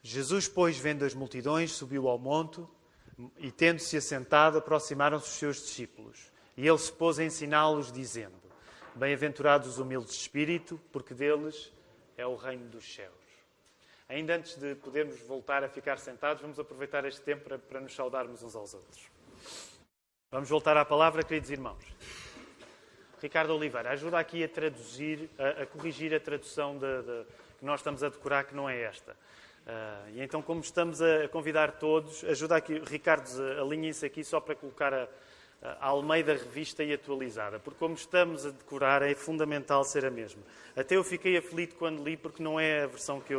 Jesus, pois, vendo as multidões, subiu ao monte e, tendo-se assentado, aproximaram-se os seus discípulos. E ele se pôs a ensiná-los, dizendo: Bem-aventurados os humildes de espírito, porque deles é o reino dos céus. Ainda antes de podermos voltar a ficar sentados, vamos aproveitar este tempo para nos saudarmos uns aos outros. Vamos voltar à palavra, queridos irmãos. Ricardo Oliveira, ajuda aqui a traduzir, a corrigir a tradução que nós estamos a decorar, que não é esta. E então, como estamos a convidar todos, ajuda aqui, Ricardo, alinhem-se aqui só para colocar a Almeida revista e atualizada, porque como estamos a decorar, é fundamental ser a mesma. Até eu fiquei aflito quando li, porque não é a versão que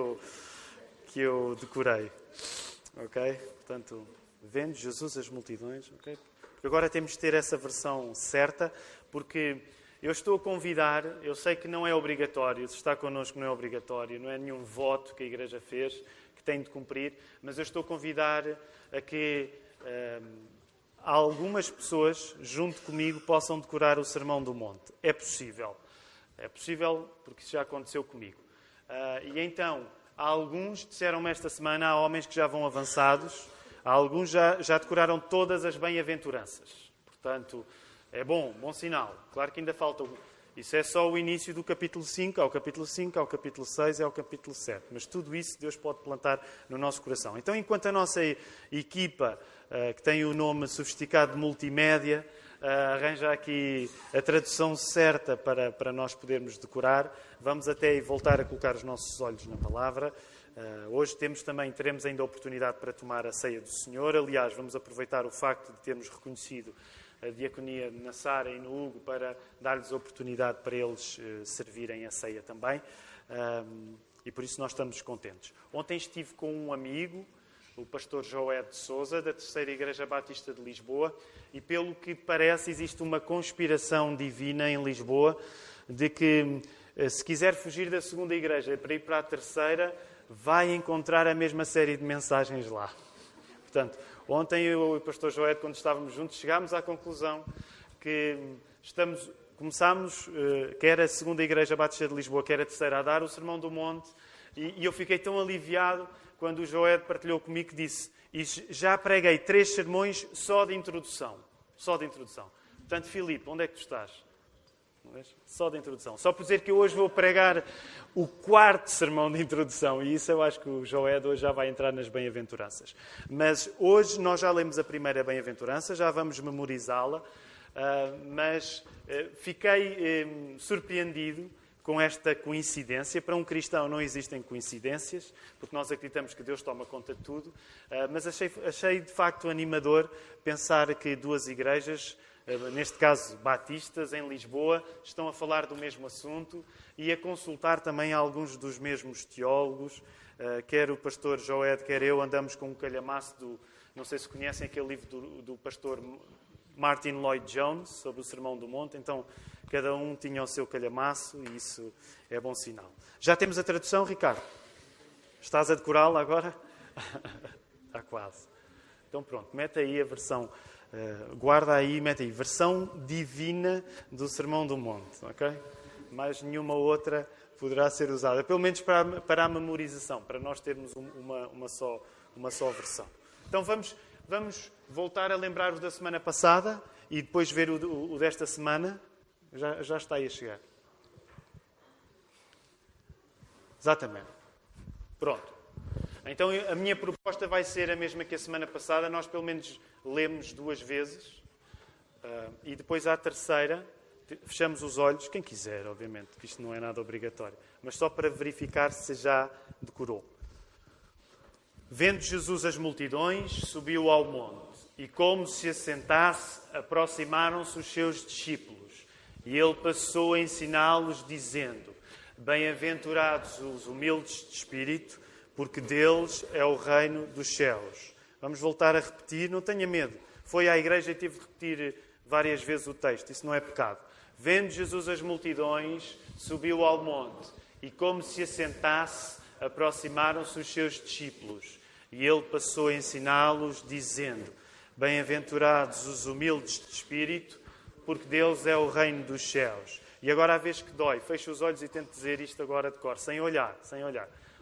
eu decorei. Ok? Portanto, vendo Jesus as multidões, ok? Porque agora temos de ter essa versão certa, porque eu estou a convidar, eu sei que não é obrigatório, se está connosco não é obrigatório, não é nenhum voto que a Igreja fez, que tem de cumprir, mas eu estou a convidar a que algumas pessoas, junto comigo, possam decorar o Sermão do Monte. É possível. É possível porque isso já aconteceu comigo. E então, alguns disseram-me esta semana, há homens que já vão avançados, alguns já decoraram todas as bem-aventuranças. Portanto, é bom sinal. Claro que ainda falta. Isso é só o início do capítulo 5, ao capítulo 5, ao capítulo 6 e ao capítulo 7. Mas tudo isso Deus pode plantar no nosso coração. Então, enquanto a nossa equipa, que tem o nome sofisticado de multimédia, arranja aqui a tradução certa para nós podermos decorar, vamos até voltar a colocar os nossos olhos na palavra. Hoje teremos ainda a oportunidade para tomar a ceia do Senhor. Aliás, vamos aproveitar o facto de termos reconhecido a diaconia na Sara e no Hugo para dar-lhes a oportunidade para eles servirem a ceia também. E por isso nós estamos contentes. Ontem estive com um amigo, o pastor Joé de Sousa, da Terceira Igreja Batista de Lisboa, e pelo que parece existe uma conspiração divina em Lisboa de que, se quiser fugir da segunda igreja para ir para a terceira, vai encontrar a mesma série de mensagens lá. Portanto, ontem eu e o pastor Joé, quando estávamos juntos, chegámos à conclusão que começámos, quer a segunda Igreja Batista de Lisboa, quer a terceira, a dar o Sermão do Monte, e eu fiquei tão aliviado quando o Joé partilhou comigo que disse: e já preguei 3 sermões só de introdução. Só de introdução. Portanto, Filipe, onde é que tu estás? Só de introdução. Só por dizer que eu hoje vou pregar o 4º sermão de introdução. E isso eu acho que o Joé hoje já vai entrar nas bem-aventuranças. Mas hoje nós já lemos a primeira bem-aventurança, já vamos memorizá-la. Mas fiquei surpreendido com esta coincidência. Para um cristão não existem coincidências, porque nós acreditamos que Deus toma conta de tudo. Mas achei de facto animador pensar que 2 igrejas, neste caso batistas, em Lisboa, estão a falar do mesmo assunto e a consultar também alguns dos mesmos teólogos. Quer o pastor Joed, quer eu, andamos com um calhamaço não sei se conhecem aquele livro do pastor Martin Lloyd Jones, sobre o Sermão do Monte. Então, cada um tinha o seu calhamaço e isso é bom sinal. Já temos a tradução, Ricardo? Estás a decorá-la agora? Está quase. Então pronto, mete aí a versão, guarda aí, mete aí, versão divina do Sermão do Monte, ok? Mais nenhuma outra poderá ser usada, pelo menos para a memorização, para nós termos uma só versão. Então vamos voltar a lembrar o da semana passada e depois ver o desta semana. Já está aí a chegar. Exatamente. Pronto. Então a minha proposta vai ser a mesma que a semana passada. Nós pelo menos lemos 2 vezes. E depois à terceira fechamos os olhos. Quem quiser, obviamente, que isto não é nada obrigatório. Mas só para verificar se já decorou. Vendo Jesus as multidões, subiu ao monte. E como se assentasse, aproximaram-se os seus discípulos. E ele passou a ensiná-los, dizendo: Bem-aventurados os humildes de espírito, porque deles é o reino dos céus. Vamos voltar a repetir, não tenha medo. Foi à igreja e tive de repetir várias vezes o texto, isso não é pecado. Vendo Jesus as multidões, subiu ao monte. E como se assentasse, aproximaram-se os seus discípulos. E ele passou a ensiná-los, dizendo: Bem-aventurados os humildes de espírito, porque deles é o reino dos céus. E agora a vez que dói, feche os olhos e tente dizer isto agora de cor, sem olhar.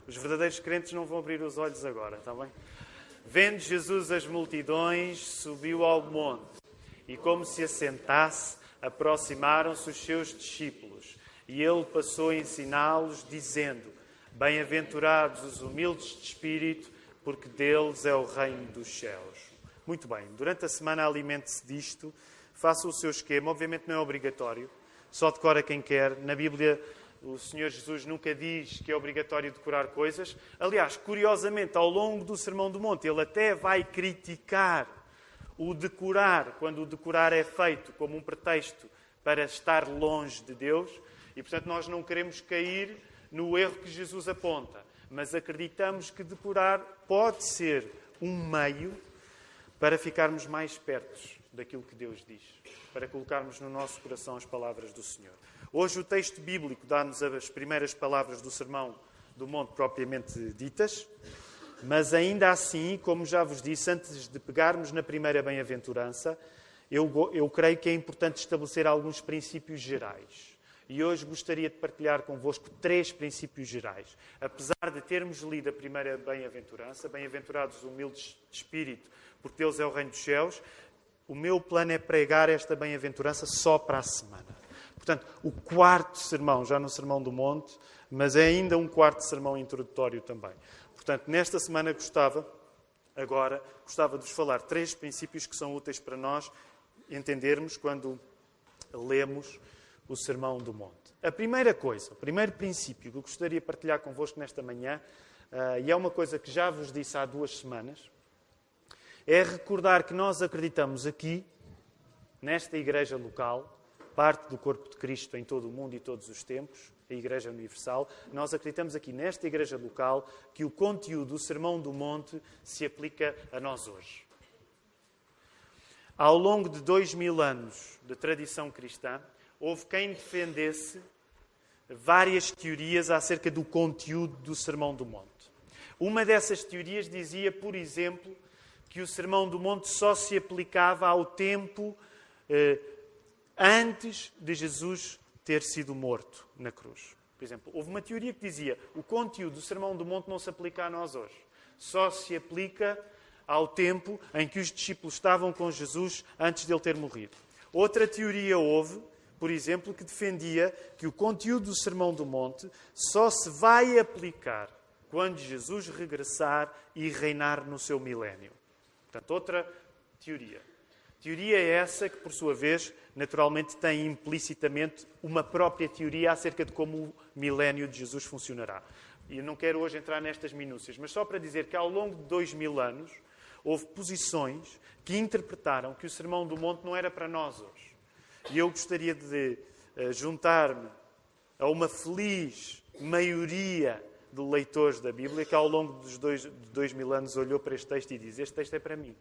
Os verdadeiros crentes não vão abrir os olhos agora, está bem? Vendo Jesus as multidões, subiu ao monte. E como se assentasse, aproximaram-se os seus discípulos. E ele passou a ensiná-los, dizendo: Bem-aventurados os humildes de espírito, porque deles é o reino dos céus. Muito bem, durante a semana alimente-se disto, faça o seu esquema, obviamente não é obrigatório, só decora quem quer. Na Bíblia, o Senhor Jesus nunca diz que é obrigatório decorar coisas. Aliás, curiosamente, ao longo do Sermão do Monte, ele até vai criticar o decorar, quando o decorar é feito como um pretexto para estar longe de Deus. E, portanto, nós não queremos cair no erro que Jesus aponta, mas acreditamos que decorar pode ser um meio para ficarmos mais perto daquilo que Deus diz, para colocarmos no nosso coração as palavras do Senhor. Hoje o texto bíblico dá-nos as primeiras palavras do Sermão do Monte propriamente ditas, mas ainda assim, como já vos disse, antes de pegarmos na primeira bem-aventurança, eu creio que é importante estabelecer alguns princípios gerais. E hoje gostaria de partilhar convosco 3 princípios gerais. Apesar de termos lido a primeira bem-aventurança, bem-aventurados os humildes de espírito, porque Deus é o reino dos céus, o meu plano é pregar esta bem-aventurança só para a semana. Portanto, o 4º sermão, já no Sermão do Monte, mas é ainda um 4º sermão introdutório também. Portanto, nesta semana gostava de vos falar 3 princípios que são úteis para nós entendermos quando lemos o Sermão do Monte. A primeira coisa, o primeiro princípio que eu gostaria de partilhar convosco nesta manhã, e é uma coisa que já vos disse há 2 semanas, é recordar que nós acreditamos aqui, nesta igreja local, parte do corpo de Cristo em todo o mundo e todos os tempos, a Igreja Universal, nós acreditamos aqui nesta igreja local que o conteúdo do Sermão do Monte se aplica a nós hoje. Ao longo de 2000 anos de tradição cristã, houve quem defendesse várias teorias acerca do conteúdo do Sermão do Monte. Uma dessas teorias dizia, por exemplo, que o Sermão do Monte só se aplicava ao tempo antes de Jesus ter sido morto na cruz. Por exemplo, houve uma teoria que dizia que o conteúdo do Sermão do Monte não se aplica a nós hoje. Só se aplica ao tempo em que os discípulos estavam com Jesus antes de ele ter morrido. Outra teoria houve, por exemplo, que defendia que o conteúdo do Sermão do Monte só se vai aplicar quando Jesus regressar e reinar no seu milénio. Portanto, outra teoria. Teoria é essa que, por sua vez, naturalmente tem implicitamente uma própria teoria acerca de como o milénio de Jesus funcionará. E eu não quero hoje entrar nestas minúcias, mas só para dizer que ao longo de 2000 anos houve posições que interpretaram que o Sermão do Monte não era para nós hoje. E eu gostaria de juntar-me a uma feliz maioria de leitores da Bíblia que ao longo dos 2000 anos olhou para este texto e diz: este texto é para mim.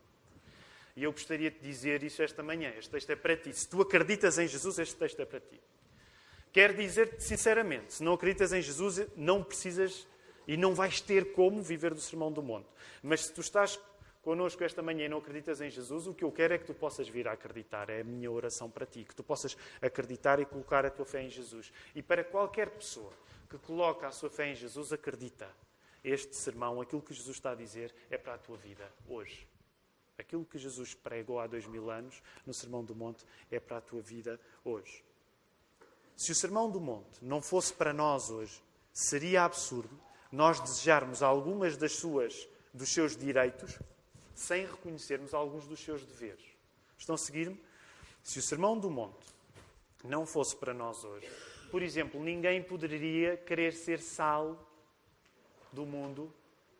E eu gostaria de dizer isso esta manhã. Este texto é para ti. Se tu acreditas em Jesus, este texto é para ti. Quero dizer-te sinceramente, se não acreditas em Jesus, não precisas e não vais ter como viver do Sermão do Monte. Mas se tu estás connosco esta manhã e não acreditas em Jesus, o que eu quero é que tu possas vir a acreditar. É a minha oração para ti. Que tu possas acreditar e colocar a tua fé em Jesus. E para qualquer pessoa que coloca a sua fé em Jesus, acredita. Este sermão, aquilo que Jesus está a dizer, é para a tua vida hoje. Aquilo que Jesus pregou há 2000 anos no Sermão do Monte é para a tua vida hoje. Se o Sermão do Monte não fosse para nós hoje, seria absurdo nós desejarmos algumas dos seus direitos sem reconhecermos alguns dos seus deveres. Estão a seguir-me? Se o Sermão do Monte não fosse para nós hoje, por exemplo, ninguém poderia querer ser sal do mundo,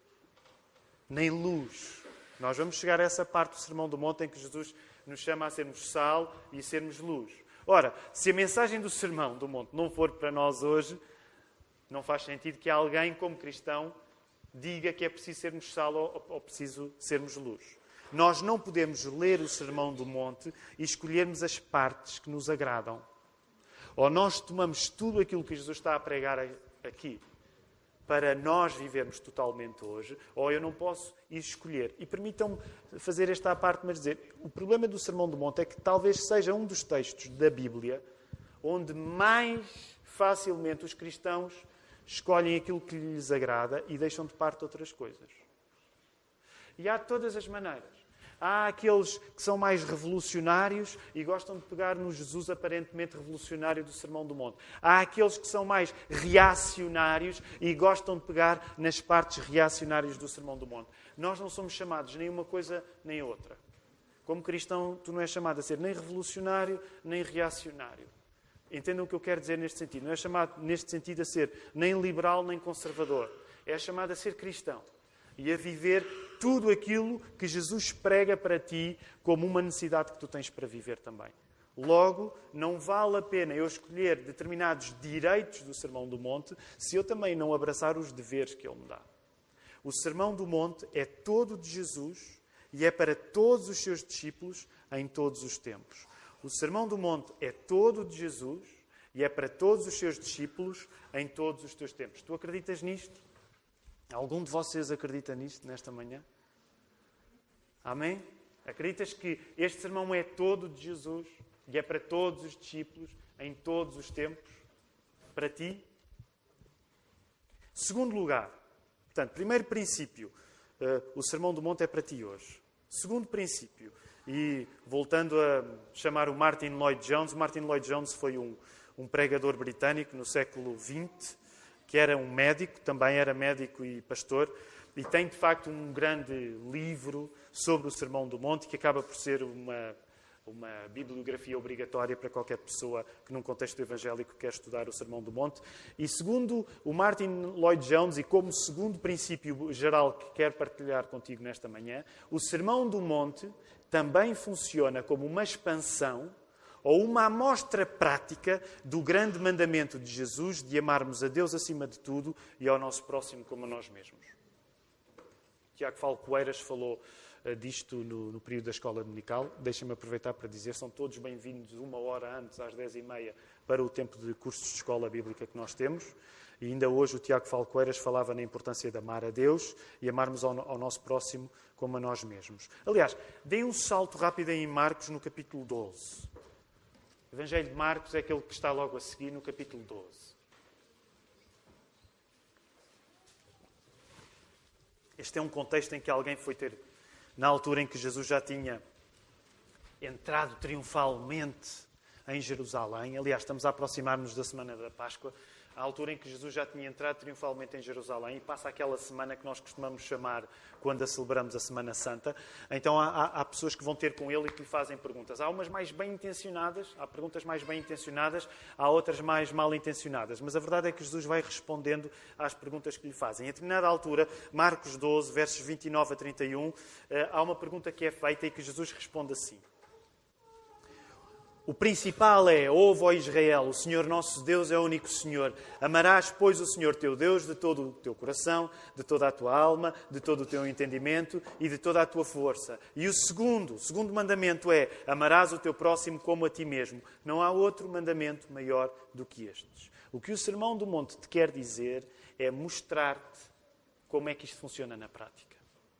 nem luz. Nós vamos chegar a essa parte do Sermão do Monte em que Jesus nos chama a sermos sal e sermos luz. Ora, se a mensagem do Sermão do Monte não for para nós hoje, não faz sentido que alguém, como cristão, diga que é preciso sermos sal ou preciso sermos luz. Nós não podemos ler o Sermão do Monte e escolhermos as partes que nos agradam. Ou nós tomamos tudo aquilo que Jesus está a pregar aqui para nós vivermos totalmente hoje, ou eu não posso ir escolher. E permitam-me fazer esta à parte, mas dizer, o problema do Sermão do Monte é que talvez seja um dos textos da Bíblia onde mais facilmente os cristãos escolhem aquilo que lhes agrada e deixam de parte outras coisas. E há de todas as maneiras. Há aqueles que são mais revolucionários e gostam de pegar no Jesus aparentemente revolucionário do Sermão do Monte. Há aqueles que são mais reacionários e gostam de pegar nas partes reacionárias do Sermão do Monte. Nós não somos chamados nem uma coisa nem outra. Como cristão, tu não és chamado a ser nem revolucionário nem reacionário. Entendam o que eu quero dizer neste sentido. Não é chamado neste sentido a ser nem liberal nem conservador. É chamado a ser cristão. E a viver tudo aquilo que Jesus prega para ti como uma necessidade que tu tens para viver também. Logo, não vale a pena eu escolher determinados direitos do Sermão do Monte se eu também não abraçar os deveres que Ele me dá. O Sermão do Monte é todo de Jesus e é para todos os seus discípulos em todos os tempos. O Sermão do Monte é todo de Jesus e é para todos os seus discípulos em todos os teus tempos. Tu acreditas nisto? Algum de vocês acredita nisto nesta manhã? Amém? Acreditas que este sermão é todo de Jesus e é para todos os discípulos em todos os tempos? Para ti? Segundo lugar, portanto, primeiro princípio, o Sermão do Monte é para ti hoje. Segundo princípio, e voltando a chamar o Martin Lloyd-Jones, Martin Lloyd-Jones foi um pregador britânico no século XX, que era um médico, também era médico e pastor, e tem, de facto, um grande livro sobre o Sermão do Monte, que acaba por ser uma bibliografia obrigatória para qualquer pessoa que, num contexto evangélico, quer estudar o Sermão do Monte. E segundo o Martin Lloyd-Jones, e como segundo princípio geral que quero partilhar contigo nesta manhã, o Sermão do Monte também funciona como uma expansão ou uma amostra prática do grande mandamento de Jesus de amarmos a Deus acima de tudo e ao nosso próximo como a nós mesmos. Tiago Falcoeiras falou disto no período da escola dominical. Deixem-me aproveitar para dizer, são todos bem-vindos 1 hora antes, às 10h30, para o tempo de cursos de escola bíblica que nós temos. E ainda hoje o Tiago Falcoeiras falava na importância de amar a Deus e amarmos ao nosso próximo como a nós mesmos. Aliás, deem um salto rápido em Marcos no capítulo 12. O Evangelho de Marcos é aquele que está logo a seguir no capítulo 12. Este é um contexto em que alguém foi ter, na altura em que Jesus já tinha entrado triunfalmente em Jerusalém. Aliás, estamos a aproximar-nos da semana da Páscoa, à altura em que Jesus já tinha entrado triunfalmente em Jerusalém, e passa aquela semana que nós costumamos chamar, quando a celebramos, a Semana Santa. Então há pessoas que vão ter com ele e que lhe fazem perguntas. Há umas mais bem-intencionadas, há perguntas mais bem-intencionadas, há outras mais mal-intencionadas. Mas a verdade é que Jesus vai respondendo às perguntas que lhe fazem. Em determinada altura, Marcos 12, versos 29 a 31, há uma pergunta que é feita e que Jesus responde assim. O principal é, ouve, ó Israel, o Senhor nosso Deus é o único Senhor. Amarás, pois, o Senhor teu Deus de todo o teu coração, de toda a tua alma, de todo o teu entendimento e de toda a tua força. E o segundo mandamento é, amarás o teu próximo como a ti mesmo. Não há outro mandamento maior do que estes. O que o Sermão do Monte te quer dizer é mostrar-te como é que isto funciona na prática.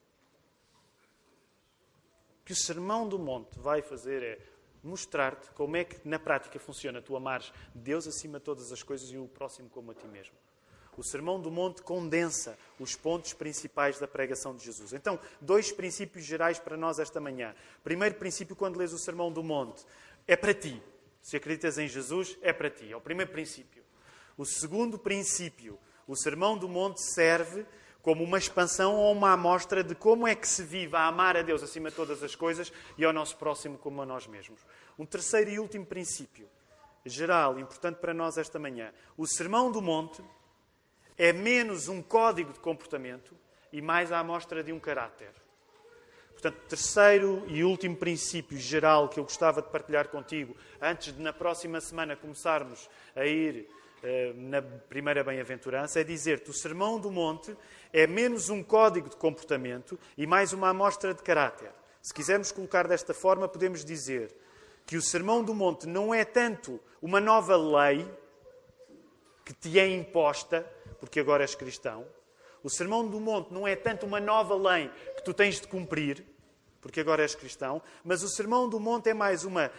O que o Sermão do Monte vai fazer é mostrar-te como é que na prática funciona tu amares Deus acima de todas as coisas e o próximo como a ti mesmo. O Sermão do Monte condensa os pontos principais da pregação de Jesus. Então, 2 princípios gerais para nós esta manhã. Primeiro princípio, quando lês o Sermão do Monte, é para ti. Se acreditas em Jesus, é para ti. É o primeiro princípio. O segundo princípio, o Sermão do Monte serve como uma expansão ou uma amostra de como é que se vive a amar a Deus acima de todas as coisas e ao nosso próximo como a nós mesmos. Um terceiro e último princípio, geral, importante para nós esta manhã. O Sermão do Monte é menos um código de comportamento e mais a amostra de um caráter. Portanto, terceiro e último princípio geral que eu gostava de partilhar contigo, antes de na próxima semana começarmos a ir na primeira bem-aventurança, é dizer-te o Sermão do Monte é menos um código de comportamento e mais uma amostra de caráter. Se quisermos colocar desta forma, podemos dizer que o Sermão do Monte não é tanto uma nova lei que te é imposta, porque agora és cristão. O Sermão do Monte não é tanto uma nova lei que tu tens de cumprir, porque agora és cristão, mas o Sermão do Monte é mais uma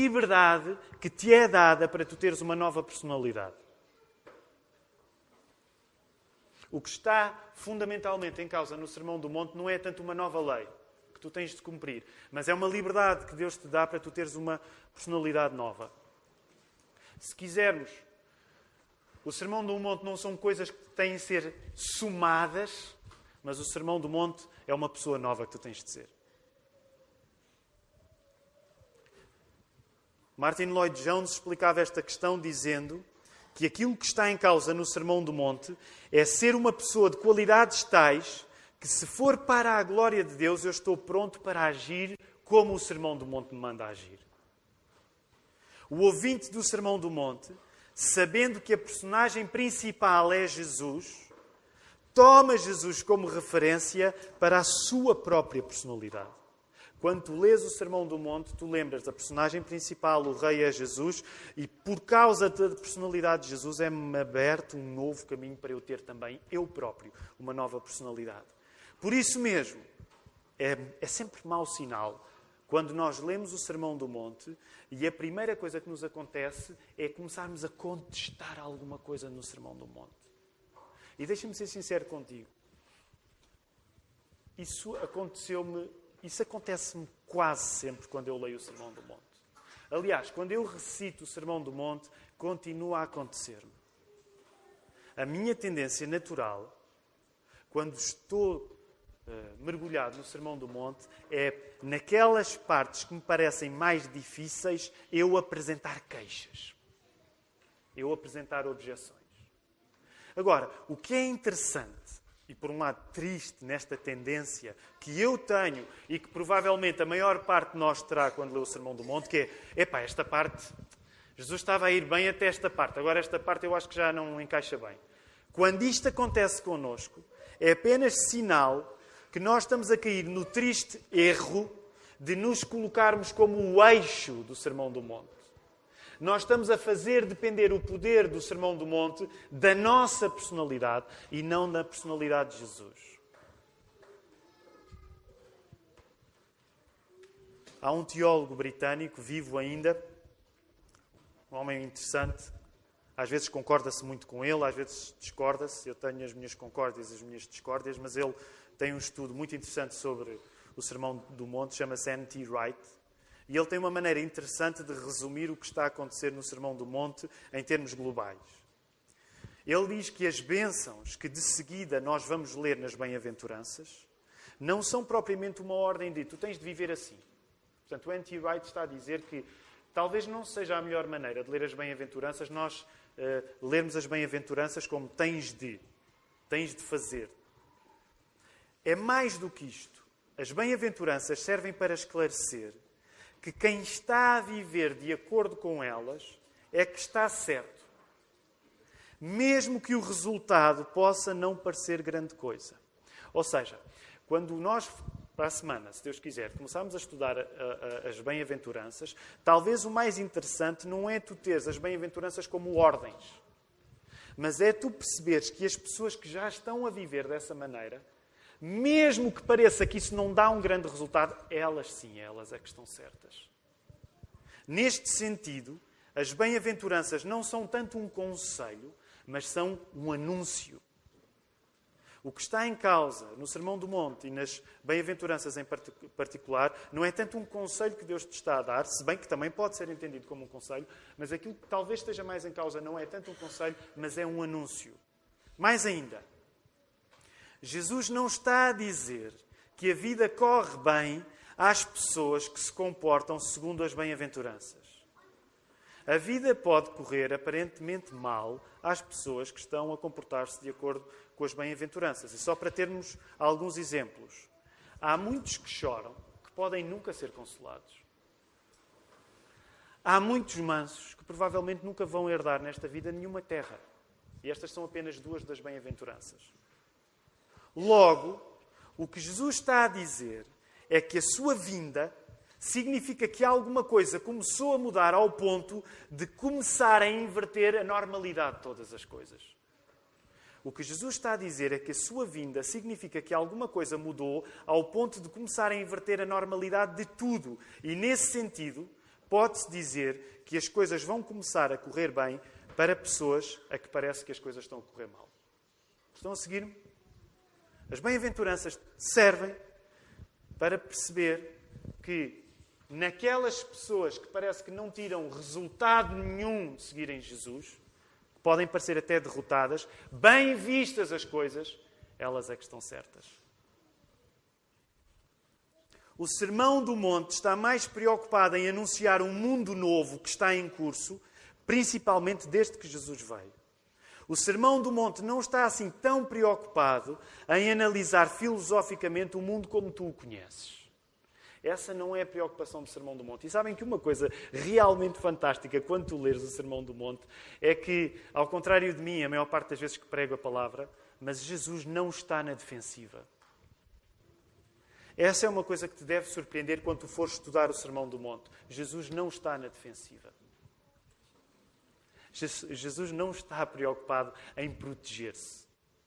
liberdade que te é dada para tu teres uma nova personalidade. O que está fundamentalmente em causa no Sermão do Monte não é tanto uma nova lei que tu tens de cumprir, mas é uma liberdade que Deus te dá para tu teres uma personalidade nova. Se quisermos, o Sermão do Monte não são coisas que têm de ser somadas, mas o Sermão do Monte é uma pessoa nova que tu tens de ser. Martin Lloyd-Jones explicava esta questão dizendo que aquilo que está em causa no Sermão do Monte é ser uma pessoa de qualidades tais que, se for para a glória de Deus, eu estou pronto para agir como o Sermão do Monte me manda agir. O ouvinte do Sermão do Monte, sabendo que a personagem principal é Jesus, toma Jesus como referência para a sua própria personalidade. Quando tu lês o Sermão do Monte, tu lembras da personagem principal, o rei é Jesus, e por causa da personalidade de Jesus é-me aberto um novo caminho para eu ter também, eu próprio, uma nova personalidade. Por isso mesmo, é sempre mau sinal quando nós lemos o Sermão do Monte e a primeira coisa que nos acontece é começarmos a contestar alguma coisa no Sermão do Monte. E deixa-me ser sincero contigo. Isso acontece-me quase sempre quando eu leio o Sermão do Monte. Aliás, quando eu recito o Sermão do Monte, continua a acontecer-me. A minha tendência natural, quando estou mergulhado no Sermão do Monte, é, naquelas partes que me parecem mais difíceis, eu apresentar queixas. Eu apresentar objeções. Agora, o que é interessante, e por um lado triste nesta tendência que eu tenho e que provavelmente a maior parte de nós terá quando lê o Sermão do Monte, que é, esta parte, Jesus estava a ir bem até esta parte, agora esta parte eu acho que já não encaixa bem. Quando isto acontece connosco, é apenas sinal que nós estamos a cair no triste erro de nos colocarmos como o eixo do Sermão do Monte. Nós estamos a fazer depender o poder do Sermão do Monte da nossa personalidade e não da personalidade de Jesus. Há um teólogo britânico, vivo ainda, um homem interessante. Às vezes concorda-se muito com ele, às vezes discorda-se. Eu tenho as minhas concórdias e as minhas discórdias, mas ele tem um estudo muito interessante sobre o Sermão do Monte, chama-se N.T. Wright. E ele tem uma maneira interessante de resumir o que está a acontecer no Sermão do Monte em termos globais. Ele diz que as bênçãos que de seguida nós vamos ler nas bem-aventuranças não são propriamente uma ordem de tu tens de viver assim. Portanto, o N.T. Wright está a dizer que talvez não seja a melhor maneira de ler as bem-aventuranças nós lermos as bem-aventuranças como tens de fazer. É mais do que isto. As bem-aventuranças servem para esclarecer que quem está a viver de acordo com elas é que está certo. Mesmo que o resultado possa não parecer grande coisa. Ou seja, quando nós, para a semana, se Deus quiser, começarmos a estudar as bem-aventuranças, talvez o mais interessante não é tu teres as bem-aventuranças como ordens, mas é tu perceberes que as pessoas que já estão a viver dessa maneira, mesmo que pareça que isso não dá um grande resultado, elas é que estão certas. Neste sentido, as bem-aventuranças não são tanto um conselho, mas são um anúncio. O que está em causa no Sermão do Monte e nas bem-aventuranças em particular não é tanto um conselho que Deus te está a dar, se bem que também pode ser entendido como um conselho, mas aquilo que talvez esteja mais em causa não é tanto um conselho, mas é um anúncio. Mais ainda, Jesus não está a dizer que a vida corre bem às pessoas que se comportam segundo as bem-aventuranças. A vida pode correr aparentemente mal às pessoas que estão a comportar-se de acordo com as bem-aventuranças. E só para termos alguns exemplos. Há muitos que choram que podem nunca ser consolados. Há muitos mansos que provavelmente nunca vão herdar nesta vida nenhuma terra. E estas são apenas duas das bem-aventuranças. Logo, o que Jesus está a dizer é que a sua vinda significa que alguma coisa começou a mudar ao ponto de começar a inverter a normalidade de todas as coisas. O que Jesus está a dizer é que a sua vinda significa que alguma coisa mudou ao ponto de começar a inverter a normalidade de tudo. E nesse sentido, pode-se dizer que as coisas vão começar a correr bem para pessoas a que parece que as coisas estão a correr mal. Estão a seguir-me? As bem-aventuranças servem para perceber que naquelas pessoas que parece que não tiram resultado nenhum de seguirem Jesus, que podem parecer até derrotadas, bem vistas as coisas, elas é que estão certas. O Sermão do Monte está mais preocupado em anunciar um mundo novo que está em curso, principalmente desde que Jesus veio. O Sermão do Monte não está assim tão preocupado em analisar filosoficamente o mundo como tu o conheces. Essa não é a preocupação do Sermão do Monte. E sabem que uma coisa realmente fantástica quando tu leres o Sermão do Monte é que, ao contrário de mim, a maior parte das vezes que prego a palavra, mas Jesus não está na defensiva. Essa é uma coisa que te deve surpreender quando tu fores estudar o Sermão do Monte. Jesus não está na defensiva. Jesus não está preocupado em proteger-se.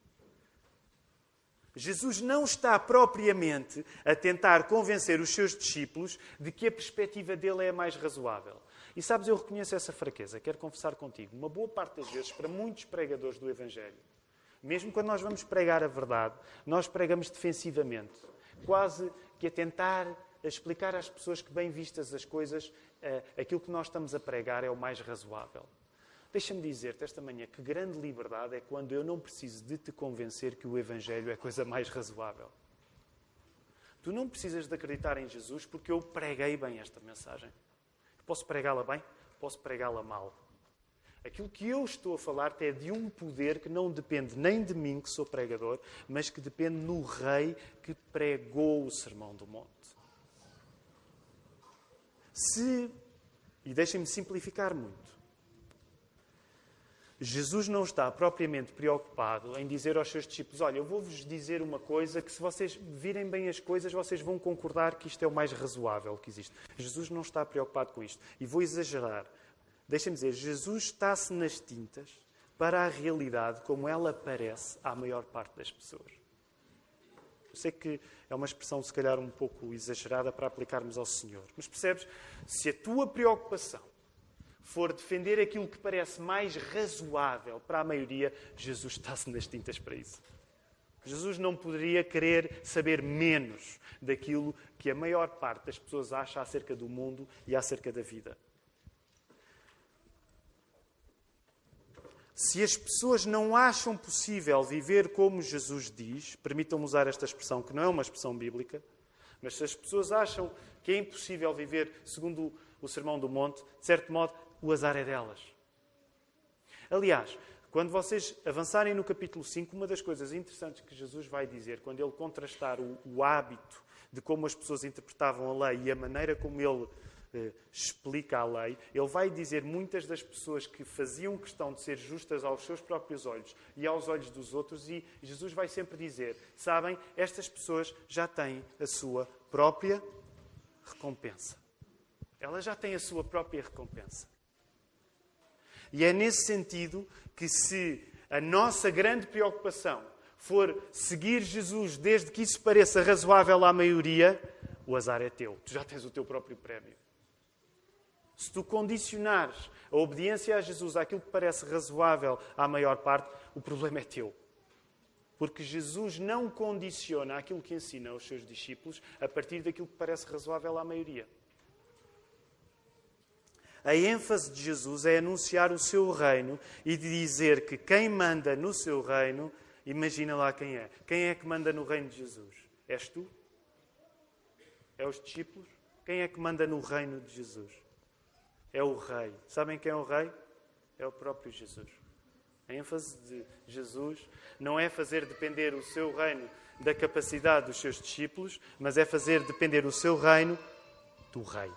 Jesus não está propriamente a tentar convencer os seus discípulos de que a perspectiva dele é a mais razoável. E sabes, eu reconheço essa fraqueza, quero confessar contigo. Uma boa parte das vezes, para muitos pregadores do Evangelho, mesmo quando nós vamos pregar a verdade, nós pregamos defensivamente. Quase que a tentar explicar às pessoas que, bem vistas as coisas, aquilo que nós estamos a pregar é o mais razoável. Deixa-me dizer-te esta manhã que grande liberdade é quando eu não preciso de te convencer que o Evangelho é a coisa mais razoável. Tu não precisas de acreditar em Jesus porque eu preguei bem esta mensagem. Posso pregá-la bem? Posso pregá-la mal. Aquilo que eu estou a falar é de um poder que não depende nem de mim, que sou pregador, mas que depende no Rei que pregou o Sermão do Monte. E deixem-me simplificar muito, Jesus não está propriamente preocupado em dizer aos seus discípulos: olha, eu vou-vos dizer uma coisa que, se vocês virem bem as coisas, vocês vão concordar que isto é o mais razoável que existe. Jesus não está preocupado com isto. E vou exagerar. Deixem-me dizer, Jesus está-se nas tintas para a realidade como ela aparece à maior parte das pessoas. Eu sei que é uma expressão, se calhar, um pouco exagerada para aplicarmos ao Senhor. Mas percebes? Se a tua preocupação for defender aquilo que parece mais razoável para a maioria, Jesus está-se nas tintas para isso. Jesus não poderia querer saber menos daquilo que a maior parte das pessoas acha acerca do mundo e acerca da vida. Se as pessoas não acham possível viver como Jesus diz, permitam-me usar esta expressão, que não é uma expressão bíblica, mas se as pessoas acham que é impossível viver segundo o Sermão do Monte, de certo modo, o azar é delas. Aliás, quando vocês avançarem no capítulo 5, uma das coisas interessantes que Jesus vai dizer, quando ele contrastar o hábito de como as pessoas interpretavam a lei e a maneira como ele explica a lei, ele vai dizer muitas das pessoas que faziam questão de ser justas aos seus próprios olhos e aos olhos dos outros, e Jesus vai sempre dizer, sabem, estas pessoas já têm a sua própria recompensa. Elas já têm a sua própria recompensa. E é nesse sentido que, se a nossa grande preocupação for seguir Jesus desde que isso pareça razoável à maioria, o azar é teu. Tu já tens o teu próprio prémio. Se tu condicionares a obediência a Jesus àquilo que parece razoável à maior parte, o problema é teu. Porque Jesus não condiciona aquilo que ensina aos seus discípulos a partir daquilo que parece razoável à maioria. A ênfase de Jesus é anunciar o seu reino e dizer que quem manda no seu reino, imagina lá quem é. Quem é que manda no reino de Jesus? És tu? É os discípulos? Quem é que manda no reino de Jesus? É o Rei. Sabem quem é o Rei? É o próprio Jesus. A ênfase de Jesus não é fazer depender o seu reino da capacidade dos seus discípulos, mas é fazer depender o seu reino do Rei.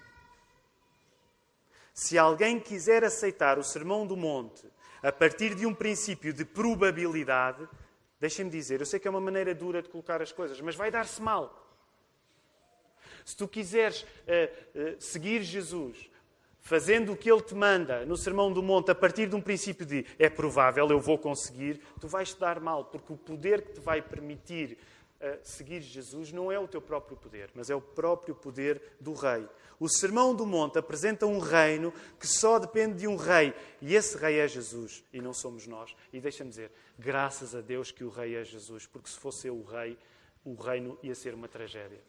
Se alguém quiser aceitar o Sermão do Monte a partir de um princípio de probabilidade, deixem-me dizer, eu sei que é uma maneira dura de colocar as coisas, mas vai dar-se mal. Se tu quiseres seguir Jesus fazendo o que Ele te manda no Sermão do Monte a partir de um princípio de é provável, eu vou conseguir, tu vais-te dar mal, porque o poder que te vai permitir seguir Jesus não é o teu próprio poder, mas é o próprio poder do Rei. O Sermão do Monte apresenta um reino que só depende de um Rei. E esse Rei é Jesus e não somos nós. E deixa-me dizer, graças a Deus que o Rei é Jesus, porque se fosse eu o Rei, o reino ia ser uma tragédia.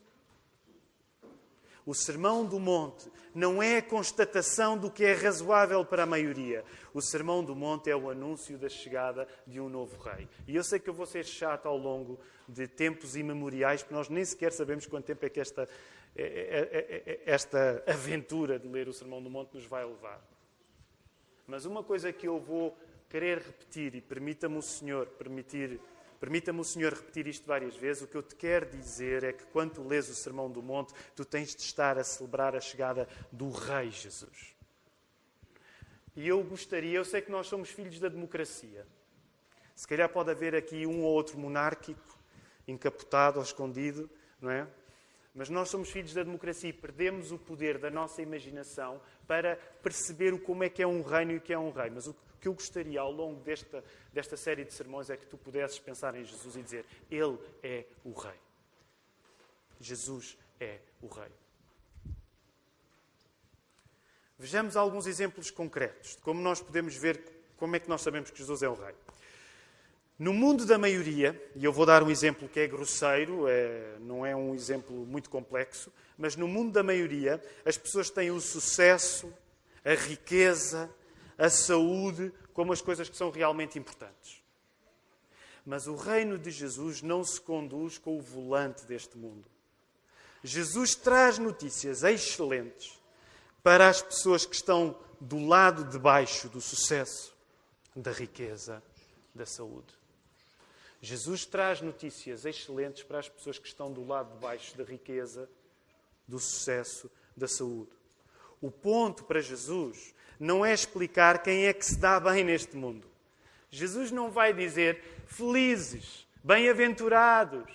O Sermão do Monte não é a constatação do que é razoável para a maioria. O Sermão do Monte é o anúncio da chegada de um novo Rei. E eu sei que eu vou ser chato ao longo de tempos imemoriais, porque nós nem sequer sabemos quanto tempo é que esta aventura de ler o Sermão do Monte nos vai levar. Mas uma coisa que eu vou querer repetir, e permita-me o Senhor repetir isto várias vezes, o que eu te quero dizer é que quando tu lês o Sermão do Monte, tu tens de estar a celebrar a chegada do Rei Jesus. E eu sei que nós somos filhos da democracia. Se calhar pode haver aqui um ou outro monárquico, encapotado ou escondido, não é? Mas nós somos filhos da democracia e perdemos o poder da nossa imaginação para perceber como é que é um reino e o que é um rei. Mas o que eu gostaria ao longo desta série de sermões é que tu pudesses pensar em Jesus e dizer: Ele é o Rei. Jesus é o Rei. Vejamos alguns exemplos concretos de como nós podemos ver como é que nós sabemos que Jesus é o Rei. No mundo da maioria, e eu vou dar um exemplo que é grosseiro, não é um exemplo muito complexo, mas no mundo da maioria as pessoas têm o sucesso, a riqueza, a saúde como as coisas que são realmente importantes. Mas o reino de Jesus não se conduz com o volante deste mundo. Jesus traz notícias excelentes para as pessoas que estão do lado de baixo do sucesso, da riqueza, da saúde. Jesus traz notícias excelentes para as pessoas que estão do lado de baixo da riqueza, do sucesso, da saúde. O ponto para Jesus não é explicar quem é que se dá bem neste mundo. Jesus não vai dizer felizes, bem-aventurados.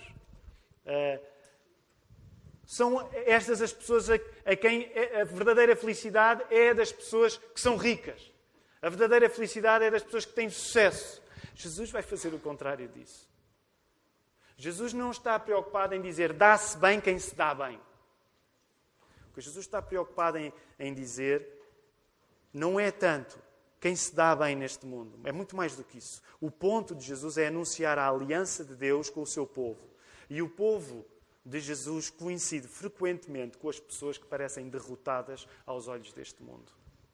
São estas as pessoas a quem a verdadeira felicidade é das pessoas que são ricas. A verdadeira felicidade é das pessoas que têm sucesso. Jesus vai fazer o contrário disso. Jesus não está preocupado em dizer dá-se bem quem se dá bem. O que Jesus está preocupado em dizer não é tanto quem se dá bem neste mundo. É muito mais do que isso. O ponto de Jesus é anunciar a aliança de Deus com o seu povo. E o povo de Jesus coincide frequentemente com as pessoas que parecem derrotadas aos olhos deste mundo.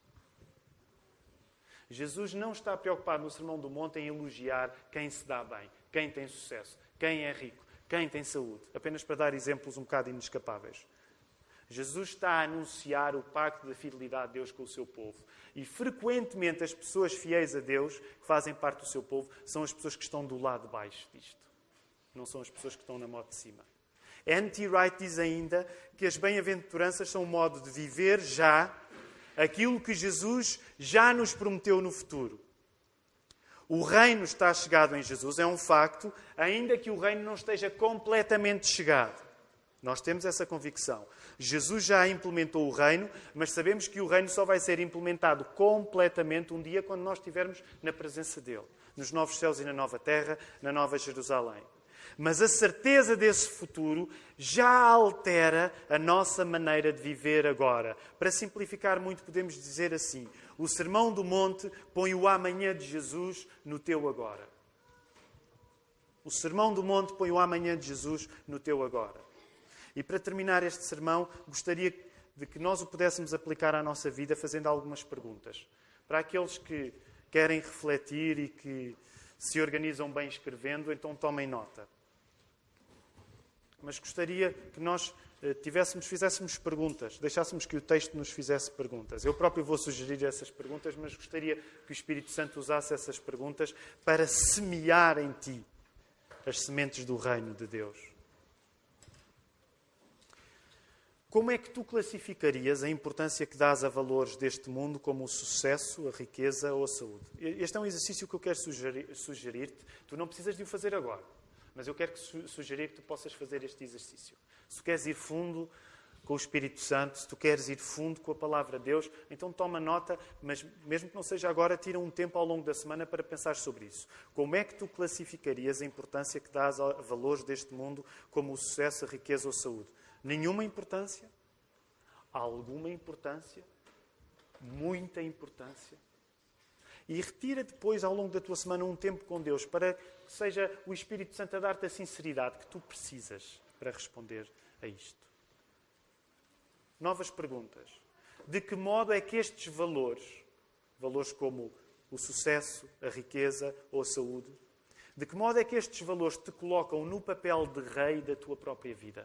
Jesus não está preocupado no Sermão do Monte em elogiar quem se dá bem, quem tem sucesso, quem é rico, quem tem saúde. Apenas para dar exemplos um bocado inescapáveis. Jesus está a anunciar o pacto da fidelidade de Deus com o seu povo. E frequentemente as pessoas fiéis a Deus, que fazem parte do seu povo, são as pessoas que estão do lado de baixo disto. Não são as pessoas que estão na moto de cima. N.T. Wright diz ainda que as bem-aventuranças são um modo de viver já aquilo que Jesus já nos prometeu no futuro. O reino está chegado em Jesus, é um facto, ainda que o reino não esteja completamente chegado. Nós temos essa convicção. Jesus já implementou o reino, mas sabemos que o reino só vai ser implementado completamente um dia quando nós estivermos na presença dele, nos novos céus e na nova terra, na nova Jerusalém. Mas a certeza desse futuro já altera a nossa maneira de viver agora. Para simplificar muito, podemos dizer assim: o Sermão do Monte põe o amanhã de Jesus no teu agora. O Sermão do Monte põe o amanhã de Jesus no teu agora. E para terminar este sermão, gostaria de que nós o pudéssemos aplicar à nossa vida fazendo algumas perguntas. Para aqueles que querem refletir e que se organizam bem escrevendo, então tomem nota. Mas gostaria que nós fizéssemos perguntas, deixássemos que o texto nos fizesse perguntas. Eu próprio vou sugerir essas perguntas, mas gostaria que o Espírito Santo usasse essas perguntas para semear em ti as sementes do reino de Deus. Como é que tu classificarias a importância que dás a valores deste mundo como o sucesso, a riqueza ou a saúde? Este é um exercício que eu quero sugerir-te. Tu não precisas de o fazer agora, mas eu quero sugerir que tu possas fazer este exercício. Se queres ir fundo, com o Espírito Santo, se tu queres ir fundo com a Palavra de Deus, então toma nota, mas mesmo que não seja agora, tira um tempo ao longo da semana para pensar sobre isso. Como é que tu classificarias a importância que dás a valores deste mundo, como o sucesso, a riqueza ou a saúde? Nenhuma importância? Alguma importância? Muita importância? E retira depois, ao longo da tua semana, um tempo com Deus, para que seja o Espírito Santo a dar-te a sinceridade que tu precisas para responder a isto. Novas perguntas. De que modo é que estes valores como o sucesso, a riqueza ou a saúde, de que modo é que estes valores te colocam no papel de rei da tua própria vida?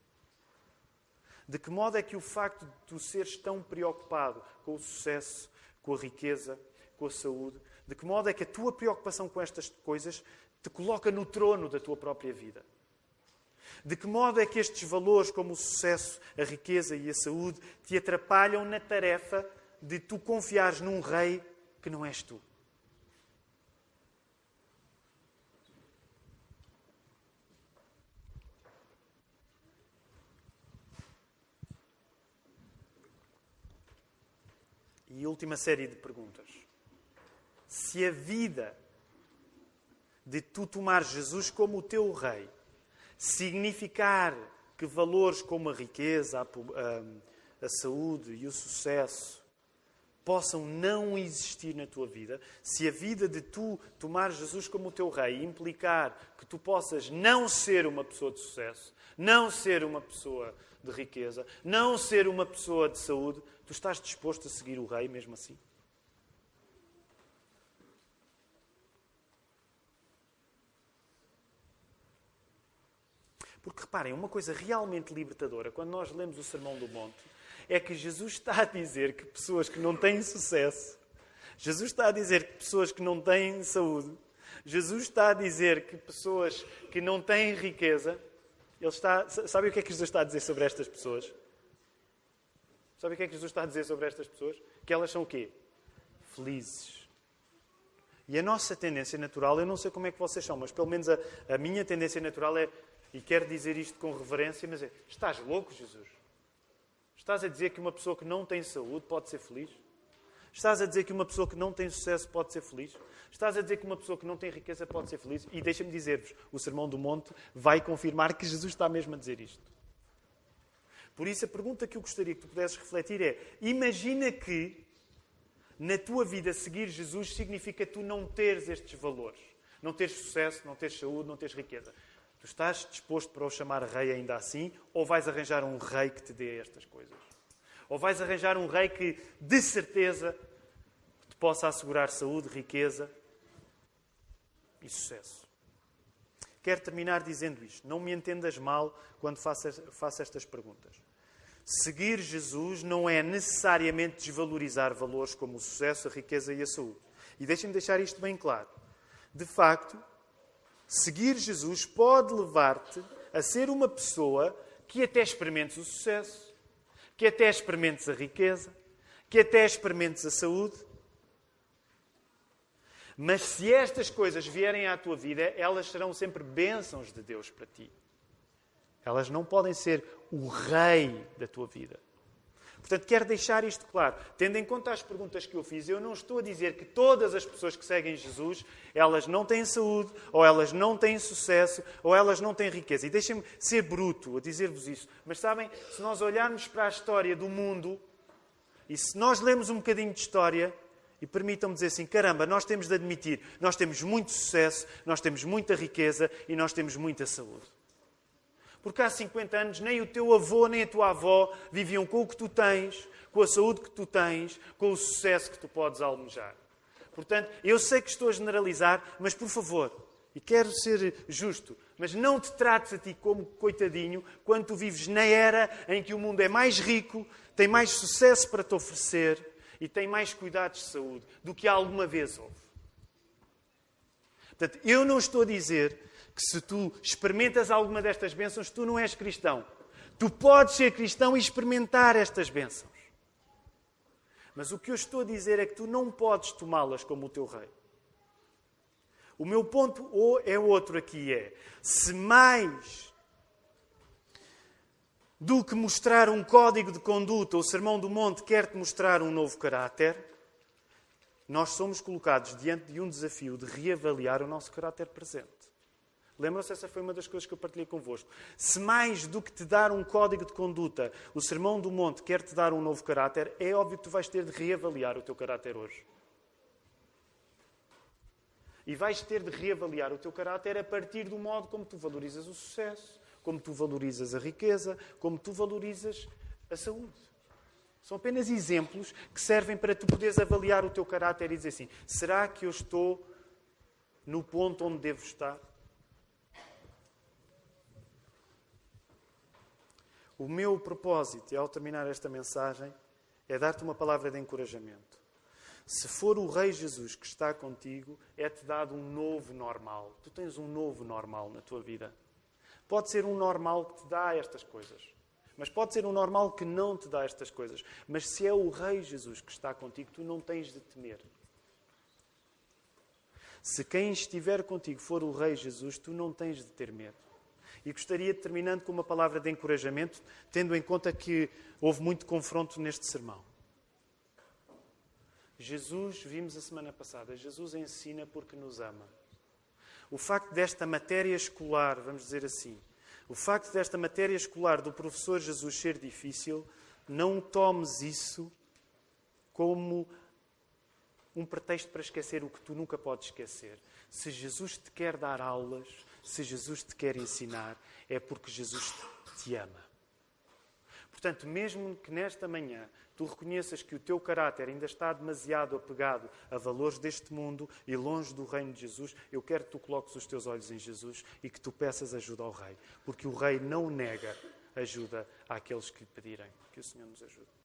De que modo é que o facto de tu seres tão preocupado com o sucesso, com a riqueza, com a saúde, de que modo é que a tua preocupação com estas coisas te coloca no trono da tua própria vida? De que modo é que estes valores, como o sucesso, a riqueza e a saúde, te atrapalham na tarefa de tu confiares num rei que não és tu? E última série de perguntas. Se a vida de tu tomar Jesus como o teu rei significar que valores como a riqueza, a saúde e o sucesso possam não existir na tua vida, se a vida de tu tomar Jesus como o teu rei implicar que tu possas não ser uma pessoa de sucesso, não ser uma pessoa de riqueza, não ser uma pessoa de saúde, tu estás disposto a seguir o rei mesmo assim? Porque reparem, uma coisa realmente libertadora, quando nós lemos o Sermão do Monte, é que Jesus está a dizer que pessoas que não têm sucesso, Jesus está a dizer que pessoas que não têm saúde, Jesus está a dizer que pessoas que não têm riqueza, sabe o que é que Jesus está a dizer sobre estas pessoas? Sabe o que é que Jesus está a dizer sobre estas pessoas? Que elas são o quê? Felizes. E a nossa tendência natural, eu não sei como é que vocês são, mas pelo menos a minha tendência natural é, e quero dizer isto com reverência, mas estás louco, Jesus? Estás a dizer que uma pessoa que não tem saúde pode ser feliz? Estás a dizer que uma pessoa que não tem sucesso pode ser feliz? Estás a dizer que uma pessoa que não tem riqueza pode ser feliz? E deixa-me dizer-vos, o Sermão do Monte vai confirmar que Jesus está mesmo a dizer isto. Por isso, a pergunta que eu gostaria que tu pudesses refletir é: imagina que na tua vida seguir Jesus significa tu não teres estes valores. Não teres sucesso, não teres saúde, não teres riqueza. Tu estás disposto para o chamar rei ainda assim? Ou vais arranjar um rei que te dê estas coisas? Ou vais arranjar um rei que, de certeza, te possa assegurar saúde, riqueza e sucesso? Quero terminar dizendo isto. Não me entendas mal quando faço estas perguntas. Seguir Jesus não é necessariamente desvalorizar valores como o sucesso, a riqueza e a saúde. E deixem-me deixar isto bem claro. De facto, seguir Jesus pode levar-te a ser uma pessoa que até experimentes o sucesso, que até experimentes a riqueza, que até experimentes a saúde. Mas se estas coisas vierem à tua vida, elas serão sempre bênçãos de Deus para ti. Elas não podem ser o rei da tua vida. Portanto, quero deixar isto claro. Tendo em conta as perguntas que eu fiz, eu não estou a dizer que todas as pessoas que seguem Jesus, elas não têm saúde, ou elas não têm sucesso, ou elas não têm riqueza. E deixem-me ser bruto a dizer-vos isso. Mas sabem, se nós olharmos para a história do mundo, e se nós lemos um bocadinho de história, e permitam-me dizer assim, caramba, nós temos de admitir, nós temos muito sucesso, nós temos muita riqueza e nós temos muita saúde. Porque há 50 anos nem o teu avô nem a tua avó viviam com o que tu tens, com a saúde que tu tens, com o sucesso que tu podes almejar. Portanto, eu sei que estou a generalizar, mas por favor, e quero ser justo, mas não te trates a ti como coitadinho quando tu vives na era em que o mundo é mais rico, tem mais sucesso para te oferecer e tem mais cuidados de saúde do que alguma vez houve. Portanto, eu não estou a dizer que se tu experimentas alguma destas bênçãos, tu não és cristão. Tu podes ser cristão e experimentar estas bênçãos. Mas o que eu estou a dizer é que tu não podes tomá-las como o teu rei. O meu ponto é outro aqui, se mais do que mostrar um código de conduta. O Sermão do Monte quer-te mostrar um novo caráter. Nós somos colocados diante de um desafio de reavaliar o nosso caráter presente. Lembram-se, essa foi uma das coisas que eu partilhei convosco. Se mais do que te dar um código de conduta, o Sermão do Monte quer-te dar um novo caráter, é óbvio que tu vais ter de reavaliar o teu caráter hoje. E vais ter de reavaliar o teu caráter a partir do modo como tu valorizas o sucesso, como tu valorizas a riqueza, como tu valorizas a saúde. São apenas exemplos que servem para tu poderes avaliar o teu caráter e dizer assim, será que eu estou no ponto onde devo estar? O meu propósito, e ao terminar esta mensagem, é dar-te uma palavra de encorajamento. Se for o Rei Jesus que está contigo, é-te dado um novo normal. Tu tens um novo normal na tua vida. Pode ser um normal que te dá estas coisas. Mas pode ser um normal que não te dá estas coisas. Mas se é o Rei Jesus que está contigo, tu não tens de temer. Se quem estiver contigo for o Rei Jesus, tu não tens de ter medo. E gostaria, terminando com uma palavra de encorajamento, tendo em conta que houve muito confronto neste sermão. Jesus, vimos a semana passada, Jesus ensina porque nos ama. O facto desta matéria escolar, vamos dizer assim, o facto desta matéria escolar do professor Jesus ser difícil, não tomes isso como um pretexto para esquecer o que tu nunca podes esquecer. Se Jesus te quer dar aulas, se Jesus te quer ensinar, é porque Jesus te ama. Portanto, mesmo que nesta manhã tu reconheças que o teu caráter ainda está demasiado apegado a valores deste mundo e longe do reino de Jesus, eu quero que tu coloques os teus olhos em Jesus e que tu peças ajuda ao Rei. Porque o Rei não nega ajuda àqueles que lhe pedirem. Que o Senhor nos ajude.